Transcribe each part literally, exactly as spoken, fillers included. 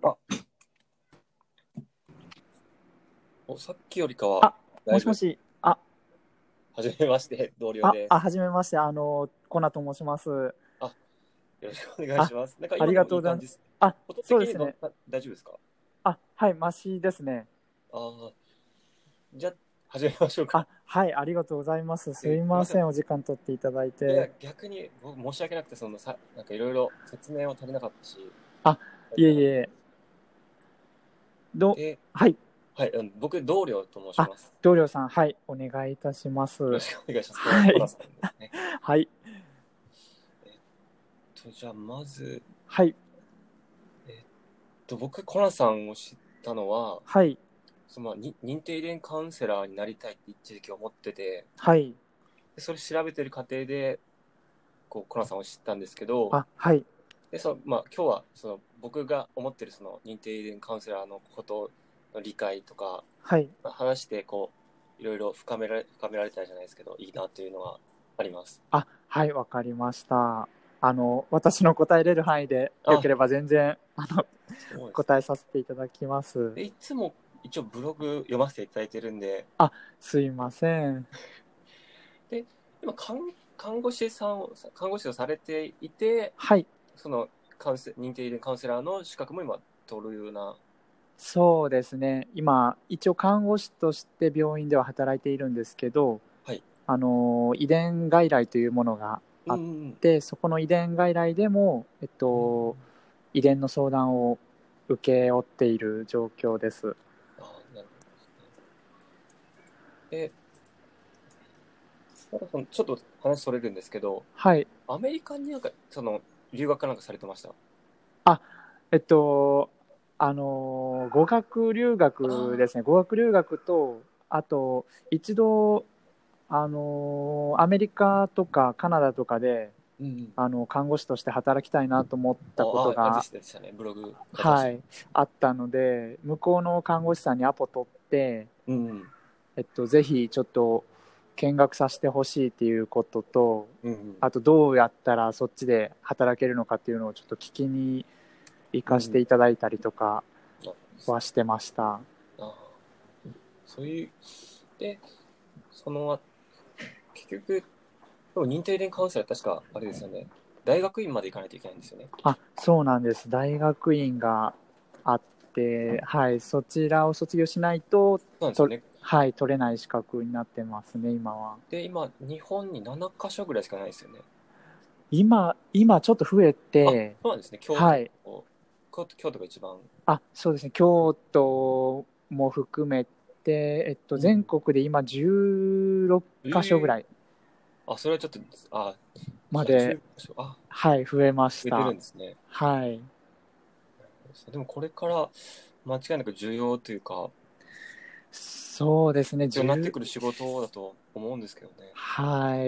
あ、おさっきよりかはあ、もしもし。あ、 はじめまして同僚あ、 です。 あ、はじめまして。あの、コナと申します。 あ、よろしくお願いします。なんかあ今でもりがとうございます。 いい感じです。 あ、 音的にどそうですね。 大丈夫ですか？ あ、はい、マシですね。 ああ、じゃあ始めましょうか。 あ、はい、ありがとうございます。すすいません。 いません、お時間取っていただいいやて。 逆に僕申し訳なくてそのさなんかいろいろ説明を足りなかったし、 あ、いえいえ。ど、 で、 はい。 はい、うん、僕同僚と申しあ、 ます。 同僚さん、はい、お願いいたします。 よろしくお願いします。コナはい。 コナさんですね。 はい。 えっとじゃあまずはい。 えっと僕コナさんを知ったのははい。 そのに認定遺伝カウンセラーになりたいって一時期思ってて。 はい。 でそれ調べてる過程でこうコナさんを知ったんですけど、 あ、はい。 でそのまあ、今日はその僕が思ってるその認定遺伝カウンセラーのことの理解とか、 はい。 まあ、話してこういろいろ深められ深められたらじゃないですけどいいなというのはあります。 あ、はい、わかりました。あの、私の答えれる範囲でよければ全然、あの、 そうです。 答えさせていただきます。 でいつも一応ブログ読ませていただいてるんで、 あ、すいません。 で今看看護師さんを看護師をされていて、 はい。 そのカウンセ認定遺伝カウンセラーの資格も今取るような。 そうですね。今、一応看護師として病院では働いているんですけど、 はい。 あの、遺伝外来というものがあっうんうんて、そこの遺伝外来でも、えっうん。 と、遺伝の相談を請け負っている状況です。 ああ、なるほどですね。で、なんかそのちょっと話それるんですけど、 はい。 アメリカになんかその留学かなんかされてました？ あ、えっと、あの、語学留学あですね。語学留学と、あと、一度、あの、アメリカとかカナダとかで、 うんうん。 あの、看護師として働きたいなと思ったことああ、あでが、 したね、ブログ書いてましたね。 はい、あったので、向こうの看護師さんにアポ取って、 うんうん。 えっと、ぜひちょっと見学させてほしいっていうことと、 うんうん。 あとどうやったらそっちで働けるのかっていうのをちょっと聞きに行かせてうんうん。 いただいたりとかあ、 はしてました。 ああ、そういう、で、その、結局、でも認定遺伝カウンセラー確かあれですよね。大学院まで行かないといけないんですよね。 あ、そうなんです。大学院があって、はい、そちらを卒業しないと、とそうなんですよね。 はい、取れない資格になってますね、今は。 で、今、日本にななカ所ぐらいしかないですよね。 今、今ちょっと増えあ、 て、 そうなんですね。京都はい、 と、京都、京都が一番。 あ、そうですね、京都も含めて、えっと、 うん。 全国で今じゅうろっかしょぐええ、 らいあ、それはちょっと、あ、じゃあまで、 じゅう、あ、 はい、増えまし増えてるた。 んですね。 はい。 でもこれから間違いなく重要というか、 そうですね、 必要になってじゅうくる仕事だと思うんですけどね。 はい。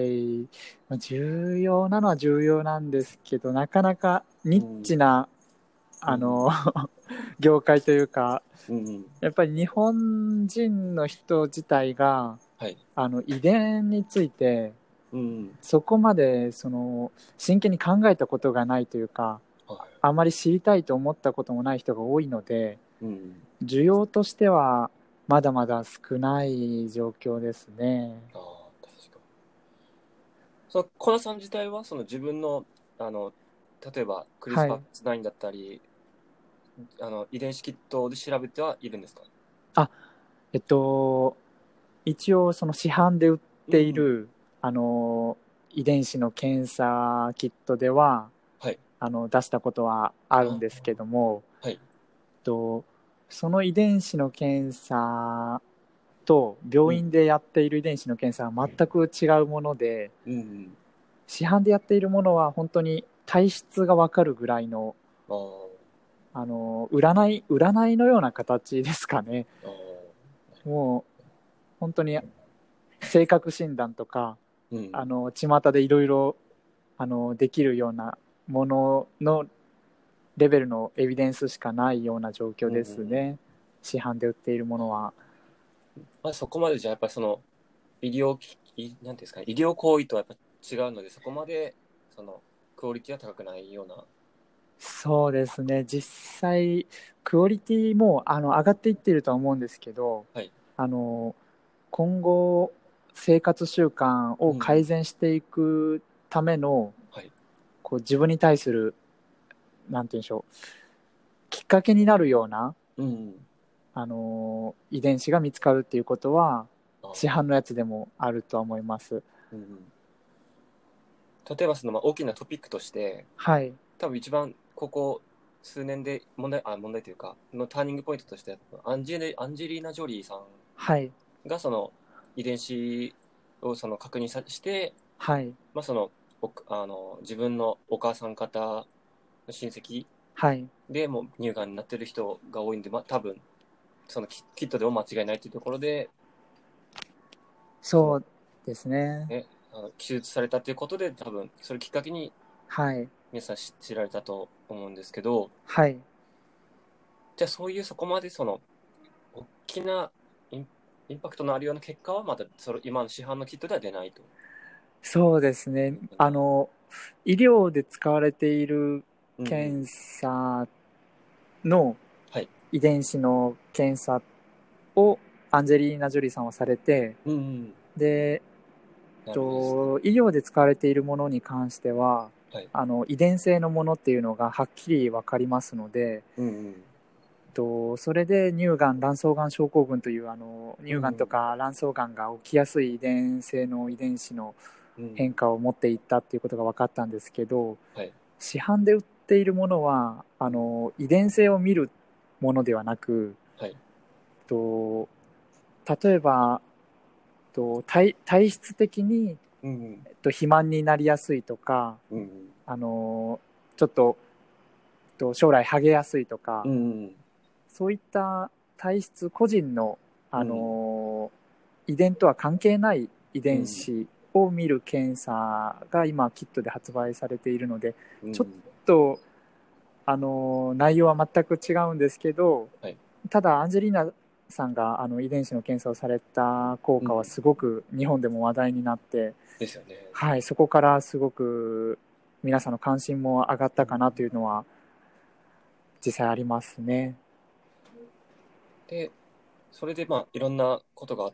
まあ重要なのは重要なんですけど、なかなかニッうん。 チな、 うん。 あの、業界というか、 うんうん。 やっぱり日本人の人自体が、 はい。 あの、遺伝について、 うん。 そこまで、その、真剣に考えたことがないというか、 はあまり知りたいと思ったこともない人が多いので、 い。うん。 需要としては、まだまだ少ない状況ですね。 ああ、確かに。その、コナさん自体は、その自分の、あの、例えば、クリスはい。 パスナインだったり、あの、遺伝子キットで調べてはいるんですか？ あ、えっと、一応その市販で売っていうん。 る、あの、遺伝子の検査キットでは、 はい。 あの、出したことはあるんあですけども、 はい。 と、その遺伝子の検査とうん。 病院でやっている遺伝子の検査は全く違うもので、 うん。 市販でやっているものは本当に体質がわかるぐらいの、 ああ。 あの、占い、占いのような形ですかね。 ああ。 もう本当に性格診断とか、 うん。 あの、巷でいろいろ、あの、できるようなもののレベルのエビデンスしかないような状況うん。うですん。 ね。市販で売っているものは。 まあ、そこまでじゃあやっぱりその医療機器、なんていうんですかね、医療行為とはやっぱ違うので、そこまでそのクオリティは高くないような。 そうですね。実際、クオリティもあの上がっていってるとは思うんですけど、 はい。 あの今後生活習慣を改うんうん。 善していくためのはい。 こう自分に対するなんて言うんでしょう、きっかけになるようなうんうん。 あの遺伝子が見つかるっていうことはああ。 市販のやつでもあるとは思います。 うんうん。例えばそのまあ大きなトピックとして、 はい。 多分一番ここ数年で問題、あ、問題というか、のターニングポイントとして、アンジェリ、アンジェリーナ・ジョリーさんはい。 がその遺伝子をその確認さして、 はい。 まあ、そのおあの自分のお母さん方の親戚はい。 でもう乳がんになってる人が多いんで、まあ、多分そのキキットでも間違いないというところで、そのそうですね。 ね、あの手術されたということで、多分それきっかけにはい。 皆さん知知られたと思うんですけど、 はい。 じゃあそういうそこまでその大きなインインパクトのあるような結果はまだその今の市販のキットでは出ないとそうですね。 いうふうな。 あの、医療で使われているうんうん。 検査のはい。 遺伝子の検査をアンジェリーナ・ジョリーさんはされて、 うんうん。 で、 なるほどですね。 と医療で使われているものに関しては、 はい。 あの遺伝性のものっていうのがはっきり分かりますので、 うんうん。 とそれで乳がん卵巣がん症候群というあの乳がんとうんか卵巣がんが起きやすい遺伝性の遺伝子のうん。うん。 変化を持っていったっていうことが分かったんですけど、 はい。 市販で売っているものはあうん。 の遺伝性を見るものではなく、 はい。 と例えばと 体, 体質的に、 うんうん。 えっと、肥満になりやすいとか、 うんうん。 あのちょっとと将来ハゲやすいとか、 うんうん。 そういった体質個人の、あうん。 の遺伝とは関係ない遺うん。 伝子を見る検査が今キットで発売されているので、ちょっうん。 と、あの内容は全く違うんですけど、 はい。 ただアンジェリーナさんがあの遺伝子の検査をされた効うん。 果はすごく日本でも話題になって、 ですよね。 はい、そこからすごく皆さんの関心も上がっうん。 たかなというのは実際ありますね。 で、それでまあいろんなことがあって、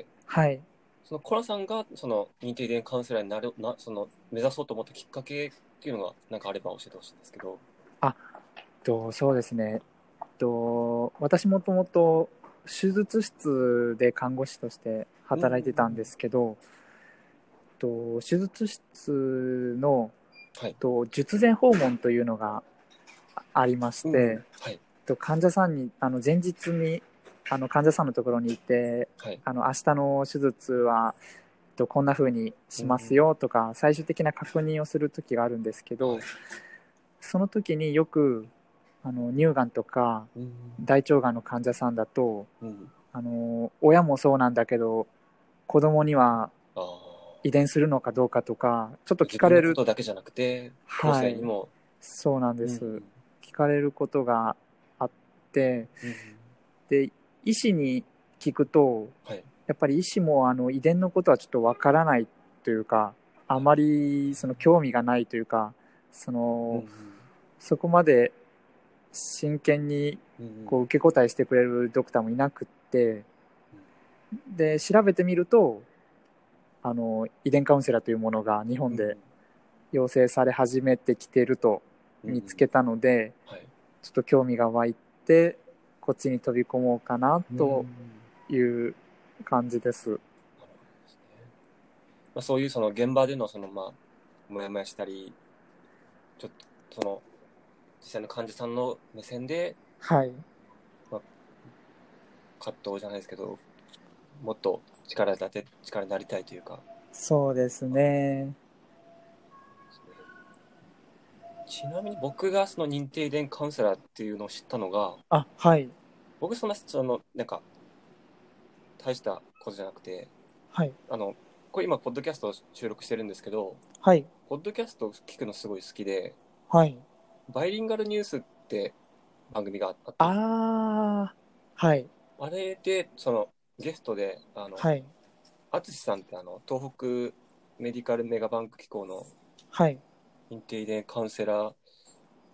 はい。 そのコラさんがその認定遺伝カウンセラーになるな、その目指そうと思ったきっかけっていうのがなんかあれば教えてほしいんですけど。 あ、とそうですね。と私もともと手術室で看護師としてうんうんう働いてたんでん。 すけど、と手術室のはい。 と術前訪問というのがありましうんうて、 ん。はい。 と患者さんにあの前日にあの患者さんのところに行って、 はい。 あの明日の手術はとこんな風にしますうんうん。 よとか最終的な確認をする時があるんですけど、 はい。 その時によくあの乳がんとかうん大腸がんの患者さんだと、 うん。うん。 あの親もそうなんだけど子供にはああ。 遺伝するのかどうかとかちょっと聞自分のこかれる。 とだけじゃなくて、後はい、 世にも。 そうなんです。 うん聞かれることがあって、 うん。うん。 で医師に聞くとはい。 やっぱり医師もあの遺伝のことはちょっとわからないというか、あまりその興味がないというか、そのうんうん。 そこまで真剣にうんうん。 こう受け答えしてくれるドクターもいなくって、で調べてみるとあの遺伝カウンセラーというものが日本でうんうん。 要請され始めてきているとうんうん。 見つけたので、 はい。 ちょっと興味が湧いてこっちに飛び込もうかなうん。 という感じです。 なるほどですね。まあ、そういうその現場でのそのまあ、もやもやしたり、ちょっとその実際の患者さんの目線で、 はい。 まあ、葛藤じゃないですけど、もっと力立て、力になりたいというか、 そうですね。 ですね。ちなみに僕がその認定遺伝カウンセラーっていうのを知ったのが、 あ、はい。 僕そんな、その、なんか、大したことじゃなくて、 はい。 あの、これ今、ポッドキャストを収録してるんですけど、 はい。 ポッドキャストを聞くのすごい好きで、 はい。 バイリンガルニュースって番組があったんです。 ああ、はい。 あれで、その、ゲストで、あの、 はい。 淳さんってあの、東北メディカルメガバンク機構のはい。 認定遺伝カウンセラー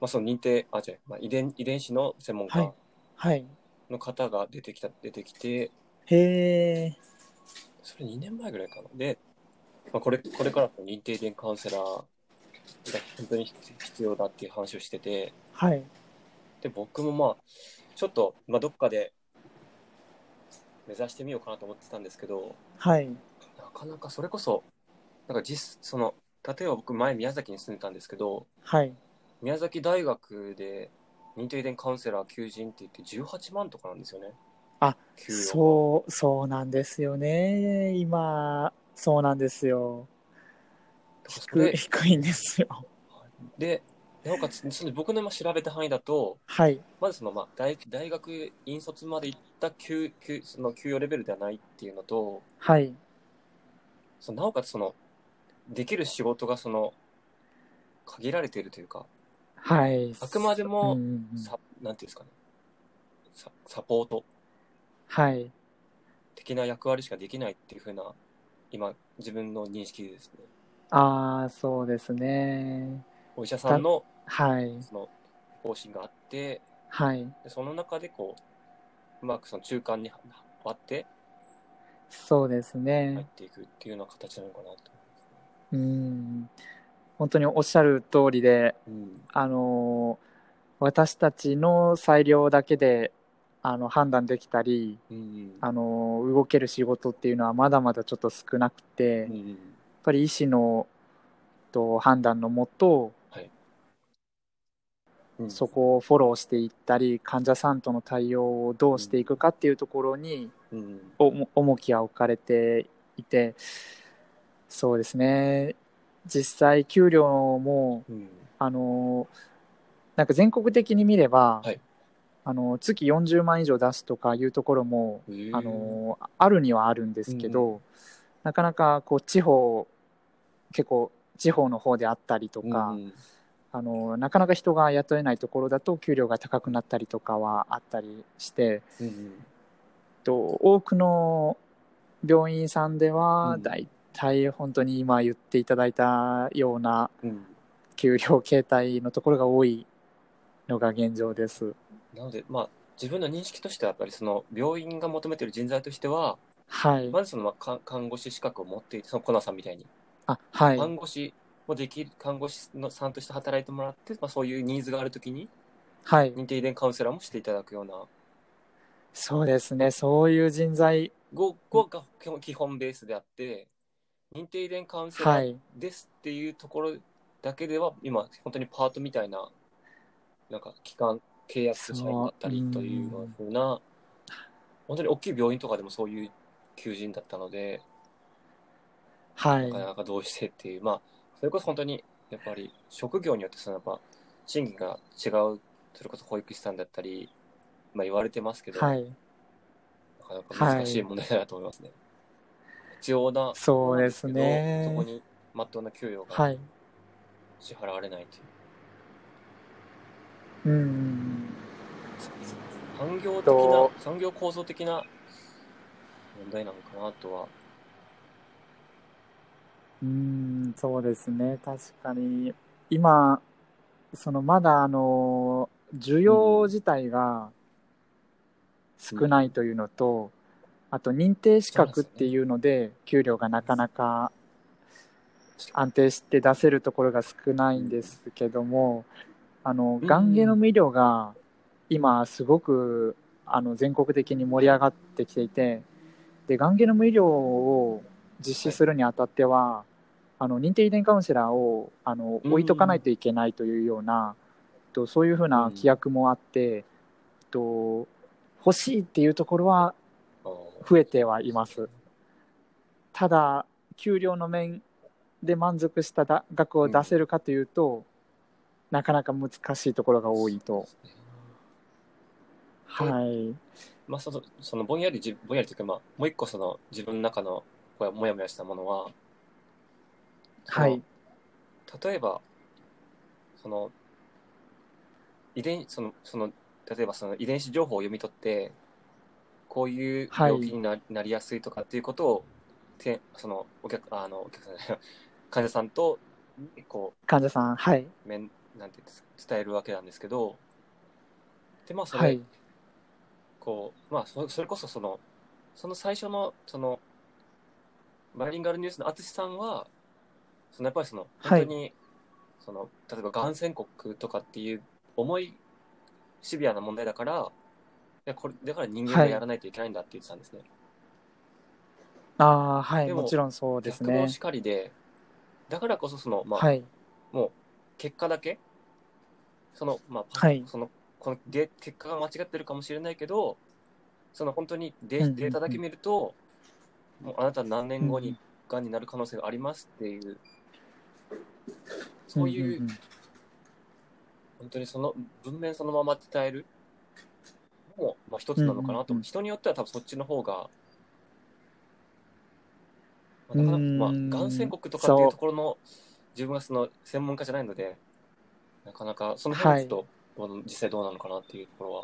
まあ、その認定、あ、違う、まあ、遺伝、遺伝子の専門はい家はい。 の方が出てきた、出てきて、 へえ。 それにねんまえぐらいかな。で、まあ、これ、これから認定遺伝カウンセラーが本当に必要だっていう話をしてて、 はい。 で、僕もまあ、ちょっと、まあ、どっかで目指してみようかなと思ってたんですけど、 はい。 なかなかそれこそ、なんか実、その、例えば僕前宮崎に住んでたんですけど、 はい。 宮崎大学で認定遺伝カウンセラー求人って言ってじゅうはちまんとかなんですよね。 あ、 給料そう、そうなんですよね。今、そうなんですよ。 が。だからそ低い、 れ、 低いんですよ。 で、なおかつ、その僕の今調べた範囲だと、 はい。 まずその、まあ、大、大学院卒まで行った給、給、その給与レベルではないっていうのと、 はい。 そのなおかつその、できる仕事がその、限られているというか、 はい。 あくまでうんうも、 ん。 さ、なんていうんですかね、サ、サポートはい。 的な役割しかできないっていう風な、今、自分の認識ですね。 ああ、そうですね。 お医者さんた、 の、 はい。 その、方針があって、 はい。 でその中でこう、うまくその中間に割ってそうですね。 入っていくっていうような形なのかなと思いますね。 うん。本当におっしゃる通りで、 うん。 あの、私たちの裁量だけで、あの、判断できたり、 うん。 あの、動ける仕事っていうのはまだまだちょっと少なくて、やっうん。 ぱり医師のと判断のもと、 はい。うん。 そこをフォローしていったり、患者さんとの対応をどうしていくかっていうところに、 うん。 お重きが置かれていて、そうですね、実際給料も、 うん。 あの、なんか全国的に見れば、 はい。 あの月よんじゅうまん以上出すとかいうところも、 へーあのあるにはあるんですけど、 うんなかなかこう地方結構地方の方であったりとうん。 か、 うん。 あのなかなか人が雇えないところだと給料が高くなったりとかはあったりして、 うん。 と多くの病院さんではうんだいたい本当に今言っていただいたようなうん給料形態のところが多いのが現状です。 なので、まあ、自分の認識としては、やっぱりその病院が求めている人材としては、 はい。 まずその、まあ、か看護師資格を持っていて、そのコナさんみたいに、 あ、はい。 看護師もできる、看護師のさんとして働いてもらって、まあ、そういうニーズがあるときに、 はい。 認定遺伝カウンセラーもしていただくような、 そうですね。そういう人材、 ごが基本基本ベースであって、認定遺伝カウンセラーはい。 ですっていうところだけでは、今、本当にパートみたいな、なんか、期間、契約社員だそう、うったりというん。 ふうな、本当に大きい病院とかでもそういう求人だったので、 はい。 なかなかどうしてっていう、まあ、それこそ本当に、やっぱり、職業によってそのやっぱ、賃金が違う、それこそ保育士さんだったり、まあ言われてますけど、 はい。 なかなか難しいはい。 問題だなと思いますね。必要なところなんですそうですけど、そこね。 にまっとうな給与がはい。 支払われないという。 うん。 産業的な、 と、 産業構造的な問題なのかなとは。 うん、そうですね。確かに、今、そのまだあの、需うん。 要自体が少ないというのと、あと認定資そうなんですよね。 格っていうので、給料がなかなか安定して出せるところが少ないんですけども、あの、 うん。 ガンゲノうん。 ム医療が今すごくあの全国的に盛はい。 り上がってきていて、で、ガンゲノム医療を実施はい。 するにあたっては、あの認定遺伝カウンセラーをあのう置いとかないん。 といけないというような、とそういうふうな規うん。 約もあって、と欲しいっていうところはああ。 増えてはいます。ただ、給料の面で満足した額をうん。 出せるかというと、なかなか難しいところが多いと。 そうですね。で、 はい。 まあ、その、そのぼんやりじ、ぼんやりというか、まあ、もう一個その自分の中のこうもやもやしたものは、その、 はい。 例えば、その、遺伝、その、その、例えばその遺伝子情報を読み取って、こういうはい。 病気にななりやすいとかっていうことを、てその、お客、あの、お客さんじゃない患者さんと、こ患者さん、はい。 う、面、 なんていうんですか、伝えるわけなんですけど、でまあそれ、 はい。 こうまあそそれこそそのその最初のそのバイリンガルニュースの淳さんはそのやっぱりその本はい。 当にその例えばがん宣告とかっていう重いシビアな問題だから、いやこれだから人間はい。 がやらないといけないんだって言ってたんですね。 ああ、はい。 でももちろんそうですね。 逆のしかりで、だからこそそのまあはい。 もう結果だけそのまあパスはい。 そのこのデ結果が間違ってるかもしれないけど、その本当にデうんうデータだけんうん。 見ると、もうあなた何年後にうんうん。 がんになる可能性がありますっていう、 うんうんそういううん。 本当にその文面そのまま伝えるのも、まあ、一うんつなのかなと。 うん人によっては多分そっちの方が、まあ、 うん。 なかなか、まあ、がんうーん。 宣告とかっていうそう。 ところの自分がその専門家じゃないので、なかなかその辺ははい。 ちょっとどう実際どうなのかなっていうところは。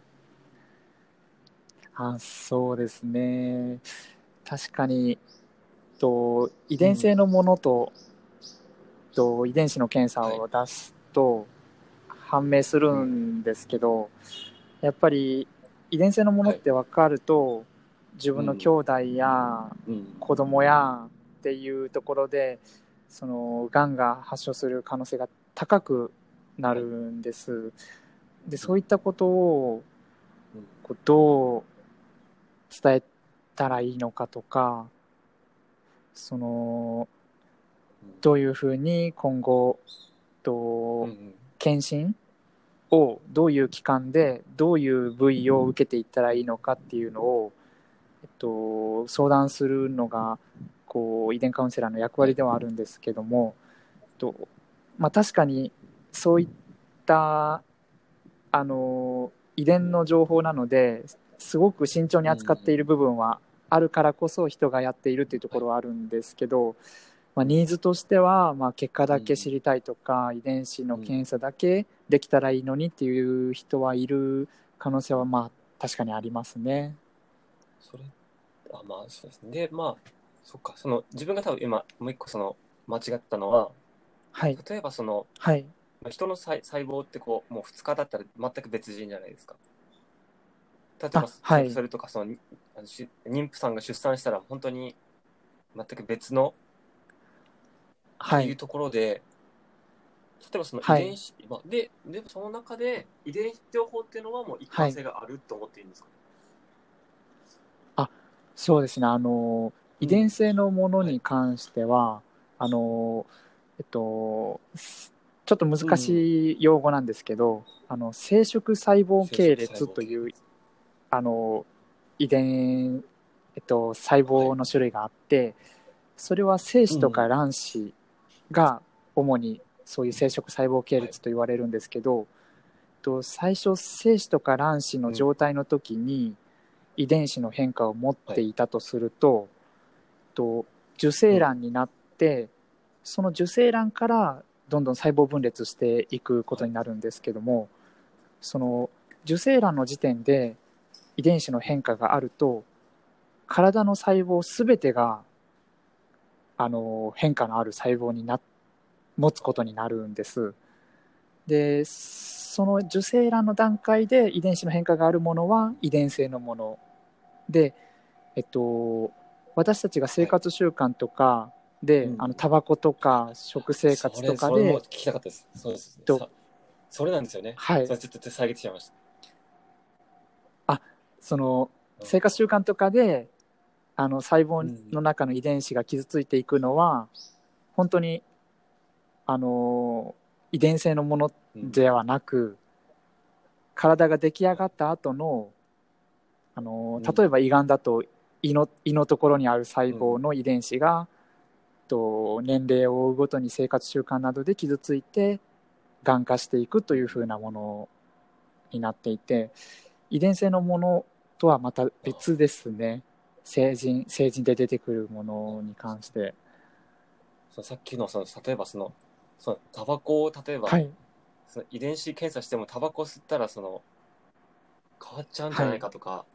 あ、そうですね。確かに、と遺伝性うんのものと、と遺伝子の検査はい。 を出すと判明するうんんですけど、やっぱり遺伝性のものはい。 って分かると、自分の兄うん弟やうん子供やっていうところで、そのがんが発症する可能性が高くなはい。 るんです。で、 うんそういったことをうんこうどう伝えたらいいのかとか、そのうんどういうふうに今後とうんうん検診をどういう期間でどういう部位を受けていったらいいのかっていうのを、えっと、相談するのがこう遺伝カウンセラーの役はい。 割ではあるんですけども、とまあ、確かにそういったあの遺伝の情報なのですごく慎重にうんうん扱っている部分はあるからこそ人がやっているっていうとはい。 ころはあるんですけど、まあ、 うんニーズとしては、まあ、結果だけ知うんりたいとか遺伝子のうん検査だけできたらいいのにっていう人はいる可能性はまあ確かにありますね。 それ、あ、まあそうですね。で、まあ、そっか、その自分が多分今もう一個その間違ったのは、 はい例えばそのはいまあ人の細細胞ってこうもうふつかだったら全く別人じゃないですか。例えばあはいそそれとかそのあのし妊婦さんが出産したら本当に全く別のってはいいうところで、例えばその遺はい伝子、まあ、ででもその中で遺伝子情報っていうのはもう一貫はい性があると思っていいんですかね。 あそうですね。あの遺伝うん。 性のものはい。 に関してはあのえっとちょっと難うん、うん。 しい用語なんですけど、あの生殖細胞生殖系細胞系列。 列というあの遺伝、えっと、細はい。 胞の種類があって、それは精子とかうん。 卵子が主にそういう生殖細胞系はい。 列と言われるんですけど、と最初精子とか卵子のうん。 状態の時に遺伝子の変化を持っはい。 ていたとすると、と受うん。 精卵になってその受精卵からどんどん細胞分裂していくこはい。 とになるんですけども、その受精卵の時点で遺伝子のうん。 変化があると体の細胞すべてがあの変化のある細胞にな持つことになるんです。でその受精卵の段階で遺伝子の変化があるものは遺伝性のもので、えっと、私たちが生はい。 活習慣とかであのうん。 タバコとあ、 か食生活とそれ、それもかで聞きたかったです。そうですね。 とさ、それなんですよね。 はいそれちょっと遮ってしまいましあそのた。 生活習慣とかであの細胞うん。 の中の遺伝子が傷ついていくのは本当にあの遺伝性のものうん。 ではなく体が出来上はい。 がった後のあのうん。 例えば胃がんだと胃の胃のところにある細うん。 胞の遺伝子がと年齢を追うごとに生活習慣などで傷ついてがん化していくとうん。 いうふうなものになっていて、遺伝性のものとはまた別あですね。成人成人で出てくるもあ、なるのにほど。 関して。 そのさっきの、その、例えばその、その、タバコを、例えば、 はいその遺伝子検査してもタバコ吸ったら、その、変わっちゃうんじゃないはいかとか、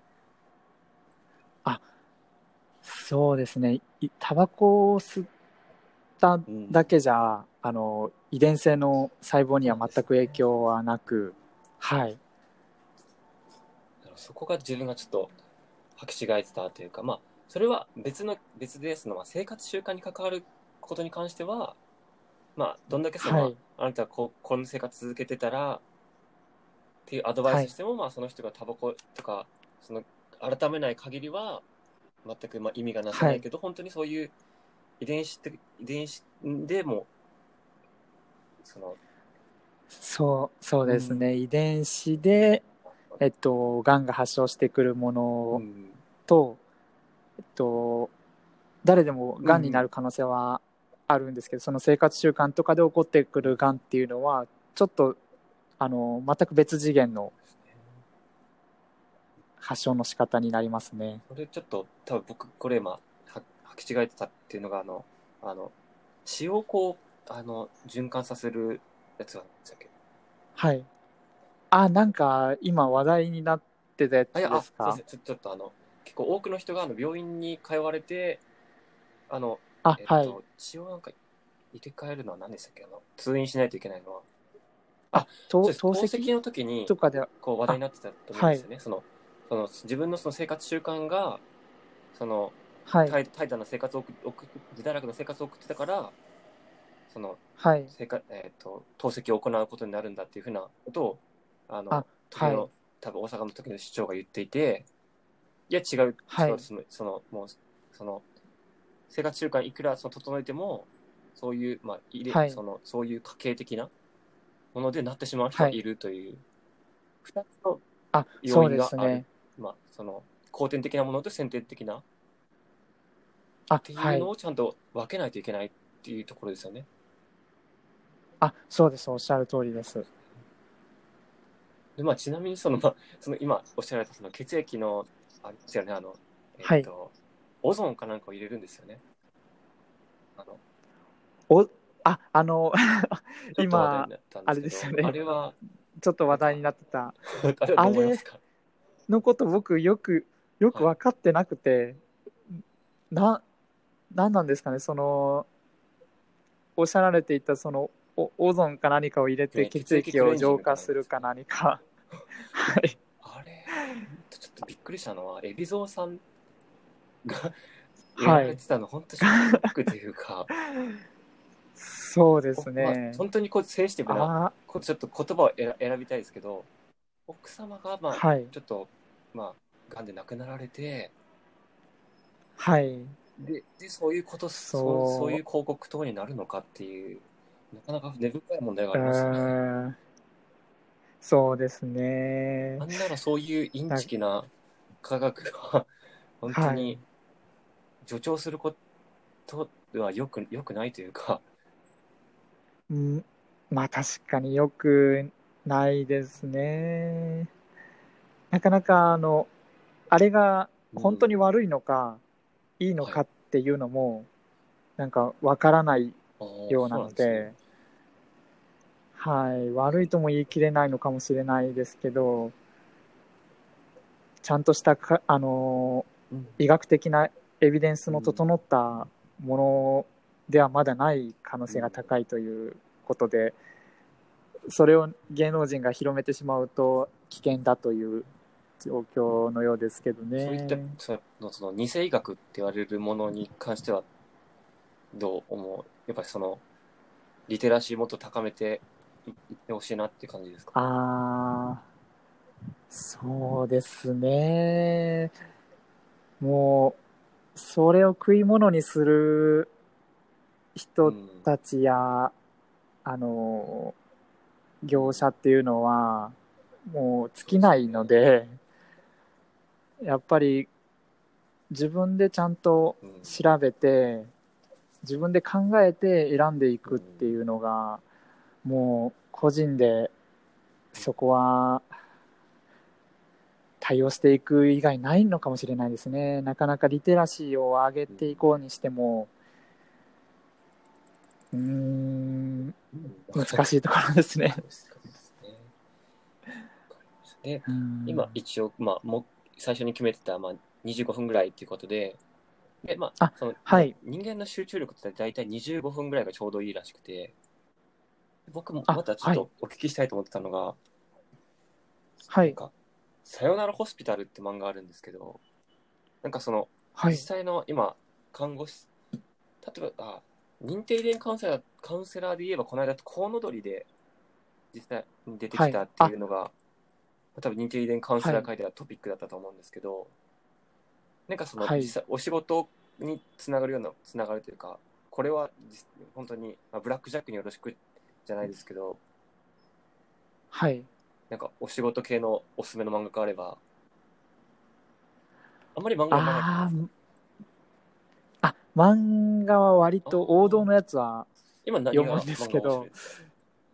あそうですね。タバコを吸ったうん。 だけじゃあの遺伝性の細胞には全く影響はなく、はい、 そこが自分がちょっと履き違えてたというか、まあ、それは別の別ですの、まあ、生活習慣に関わることに関しては、まあ、どんだけその、 はい、 まあ、あなたはここの生活続けてたらっていうアドバイはい、 スしても、まあ、その人がタバコとかその改めない限りは全くまあ意味がなさはい、 ないけど、本当にそういう遺伝子って遺伝子でもそのそうそうですね、 うん遺伝子で、えっと、がんが発症してくるもうのんと、えっと、誰でもがんになうんうんる可能性はあるんですけど、その生活習慣とかで起こってくるがんっていうのはちょっとあの全く別次元の発症の仕方になりますね。 それちょっと多分僕これ今は履き違えてたっていうのがあのあの血をこうあの循環させるやつは何でしたっけ？ はい。あ、なんか今話題になってたやつあいやあですか？ すいませんちょちょっとあの結構多くの人があの病院に通われてあのあ、はい。 えっと血をなんか入れ替えるのは何でしたっけ？あの通院しないといけないのはあ、 あそう透です透析透析の時にとかでは、 こう話題あ、 になってたと思うんはい、 ですよね。そのその自分のその生活習慣がそのはい、 怠怠惰な生活を送送自堕落な生活を送ってたからそのはい、 生活、えー、と透析を行うことになるんだっていうふうなことをああ、 の時はい、 の多分大阪の時の市長が言っていて、いや違うはい、 違うそのそのもうその生活習慣いくらその整えてもそういうまあ入れはい、 そのそういう家系的なものでなってしまう人はい。 はいるというふたつのあ、 要そう因がある、 ですね。 まあその後天的なものと先天的なっあ、 ていうのはい。 をちゃんと分けないといけないっていうところですよね。 あ、そうです。おっしゃる通りです。 で、まあ、ちなみにその、まあ、その今おっしゃられたその血液の、あれですよね、あの、えっはい。 と、オゾンかなんかを入れるんですよね。あの、 お、あ、あの、 ちょっと話題に今、 なったんであすけど、 れですよね。 あれは、 ちょっと話題になんか、 なってた。 あれはどうあれ思いますか？ のこと僕よく、よくはい。 分かってなくて、な、なんなんですかね、その、おっしゃられていたそのオオゾンか何かを入れてね、 血血液クレンジン液を浄グかなん化するかかですよね。 何かはい。 あれ、ほんとちょっとびっくりしたのは、海老蔵さんがやはい。 られてたの、本当ショックというか、 そうでおまあ、 すね。 本当にこう、センシティブな、 あ、 こうちょっと言葉を選選びたいですけど、奥様が、まあ、 はい。 ちょっと、まあ、がんで亡くなられて、 はい。 で、でそういうこと、そう、そういうそ広告等になるのかっていう、なかなか根深い問題があう、うりますよね。 ーん、そうですね。 なんならそういうインだチキな科学が本当はい。 に助長することはよく、よくないというか、 うん、まあ確かによくないですね。なかなかあの、あれがうん、 本当に悪いのか、いいのはい。 かっていうのも、なんかわからないああ、 ようなそうなんですね。 ので、はい、悪いとも言い切れないのかもしれないですけど、ちゃんとしたか、あのうん、 医学的なエビデンスのうん、 整ったものではまだない可能うん。 性が高いということで、それを芸能人が広めてしまうと危険だという状況のようですけどそういったね。 その、その偽医学って言われるものに関してはどう思う？やっぱりそのリテラシーもっと高めていいってほしいなっていう感じですか？ ああ、そうですね。もう、それを食い物にする人うん。 たちや、あの、 うん。 業者っていうのは、もう尽そうですよきないのね。 で、やっぱり自分でちゃんとうん。 調べて、自分で考えて選んでいうん。 くっていうのが、もう個人でそこは対応していく以外ないのかもしれないですね。なかなかリテラシーを上げうん。 ていこうにしても、うーん、 うん。なかなか難しいところですね。 難しいですね。わかりました。で、 うーん。 今一応、まあ、もう最初に決めてた、まあ、にじゅうごふんぐらいっていうことで、で、まあ、 あ、 その、まあ、 はい。 人間の集中力って大体にじゅうごふんぐらいがちょうどいいらしくて、 僕もあまたちょっとお聞きしたいと思ってたのが、 はなんい。 かさよならホスピタルって漫画あるんですけど、なんかその実はい。 際の今看護師、例えばあ認定遺伝カウンセラーカウンセラーで言えばこの間コウノドリで実際に出てはい。 きたっていあ、 うのが多分認定遺伝カウンセはい。 ラー会ではトピックだったと思うんですけど、なんかそのはい。 実際お仕事につながるようなつながるというか、これは実本当に、まあ、ブラックジャックによろしくじゃないですけど、 はい。 なんかお仕事系のおすすめの漫画があれば。あんまり漫画読まないんですか？ あー、あ、漫画は割あと王道あ、 のやつは今何読むんでが漫画面白いすけど、 ですか？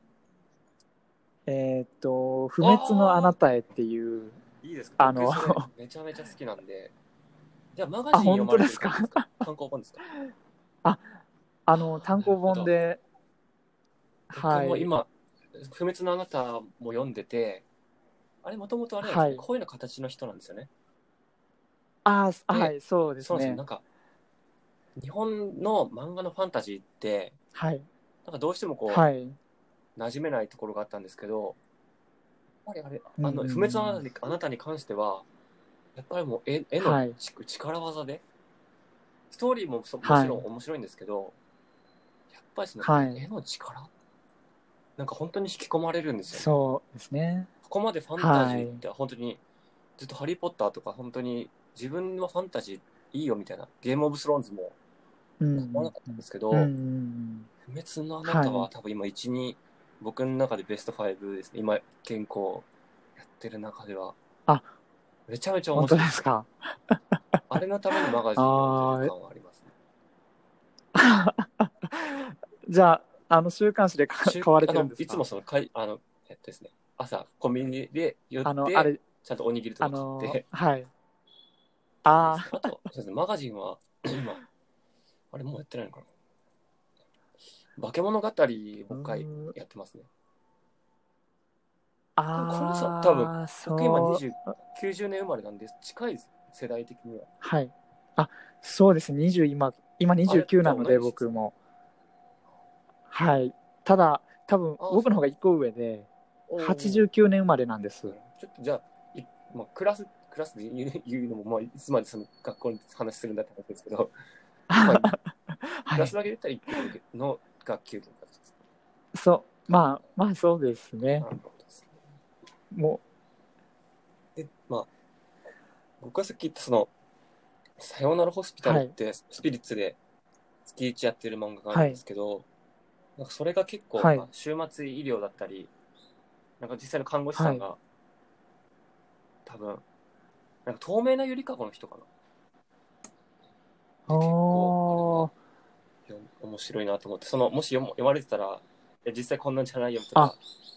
えーっと、不滅のあああなたへっていう、 ー、いいですか？ あの、 僕それめちゃめちゃ好きなんで。じゃあマガあ、 ジン読まれてる本当ですか？ 感じですか？単行本ですか？ あ、あの、 ああ、 単行なるほど。 本で、 僕はい。 も今、不滅のあなたも読んでて、あれもともとあれなんですよね、 はい。 声の形の人なんですよね。 あー、はで、 い、そうですそうなんですよ。 ね。 なんか、日本の漫画のファンタジーって、 はい。 なんかどうしてもこはい。 う、馴染めないところがあったんですけど、やっぱりあれ、 うんうんうあの、不滅のあなたん。 にあなたに関しては、やっぱりもう絵絵のはい。 ち力技で、ストーリーもそもちろんはい。 面白いんですけど、やっぱりそのはい。 絵絵の力なんか本当に引き込まれるんですよね。 そうですね。 ここまでファンタジはい。 ーって本当にずっとハリー・ポッターとか本当に自分はファンタジーいいよみたいな、ゲームオブスローンズもうんう思わなかったんんうん。 ですけど、 うんうんうん。 不滅のあなたははい。 多分今いち、に、僕の中でベストごですね。今、健康やってる中では、 あ、 めちゃめちゃ面本当白いですね。 ですか？ あれのためにマガジン読んでるあ感はありますね。 あ。じゃあ、あの、週刊誌でか週買われあの、 てるんですか？ いつもその、かいあの、えっとですね、朝、コンビニで寄っあの、あて、 れ、 ちゃんとおにぎりとあか買っの、 てはい。 って感じですね。 ああと、そうですね、マガジンは、今、あれもうやってないのかな。化け物語、もうあ、う一回ーん、 やってますね。でもこれもさ、多分、 ああ、 僕今そう、 にじゅう、きゅうじゅうねん生まれなんで、近いです。世代的には。 はい。あ、そうですね。にじゅう今、今あれ、 にじゅうきゅうじゃあ同いなので、 年ですね。 僕も。はい。ただ、多分、 ああ、そうなんだ。 僕の方がいっこ上で、 おお、 はちじゅうきゅうねん生まれなんです。 なるほど。ちょっとじゃあ、いまあ、クラス、クラスで言う言うのも、まあ、いつまでその学校に話するんだって話ですけど、まあ、クはい。 ラス分けで言ったらいっこ上の学級という形ですそう、 か。 まあ、まあそうですね。 なるほどですね。 もで、まあ、僕がさっき言ったその、さようならホスピう、はい。 タルってスピリッツで月いちやってる漫画があるんではい。 すけど、なんかそれが結構、 はい。 まあ、終末医療だったり、なんか実際の看護師さはい。 んが多分、なんか透明なゆりかごの人かな。 あで、結構あれはー、 よ面白いなと思って、その、もし読読まれてたら、いや実際こんなんじゃないよとあ、 か、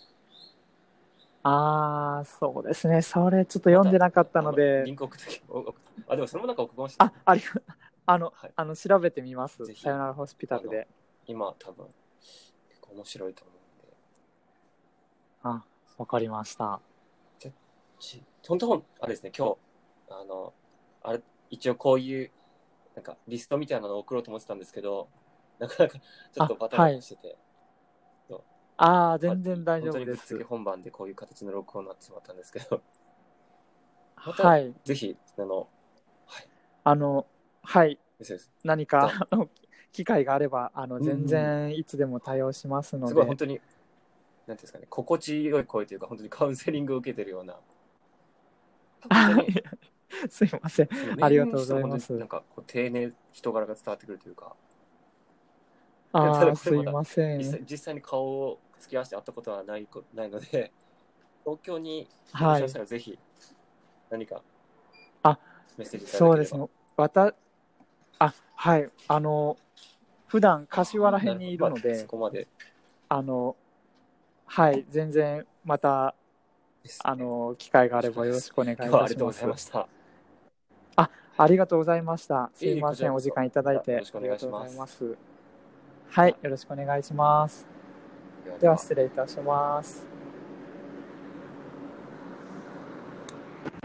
あー、そうですね。それちょっとまた、 読んでなかったあの、 ので、 リンク送ってきあ、でもそれもなんか送りましたあ、 ね。 あり、あの、 はい。 あの、調べてみます。 ぜひ、 さよならホスピタあの、 ルで。 今多分、結構面白いと思うんで。 あ、わかりました。 じゃち本当、あれですね、今日、あの、あれ、一応こういう、なんか、リストみたいなのを送ろうと思ってたんですけど、なかなかちょっあ、 とバタバはい。 タしてて、そうあー、 まあ、 全然大本当丈夫です。 にぶっつけ本番でこういう形の録音になってしまったんですけど、また、 はい。 ぜひ、あの、はい、 あの、はい。 ですです。 何また、 か、あの、機会があれば、あの、 うんう全ん、 然いつでも対応しますので、 すごい本当に、なんていうんですかね、心地よい声というか、本当にカウンセリングを受けてるような、本当に、 すいません。 そのメールありがとうごにしても本当にざいます。 なんかこう丁寧人柄が伝わってくるというか、いやたああ、 だこれまだすいません。 実際実際に顔を突き合わせて会ったことはないこないので、東京にいらっしゃいましはい。 たらぜひ何かあ、 メッセージいただければ。 そうですね。わた、あ、はい。あの、普段柏ああ、なるほど。 ら辺にいまあ、 るので、 そこまであの、はい。全然また、 ですね。 あの、機会があれよろしくお願いします。 ばよろしくお願今いい日はありがとうごたします。 ざいました。はあ、あい。 りがとうございました。すいえいえ、 いません。 こちらこそ、 お時間いただいてまたよろしくお願いありがとうごします。 ざいます。 じゃあ、 はい。よろしくお願いします。 ではでは。 では失礼いたします。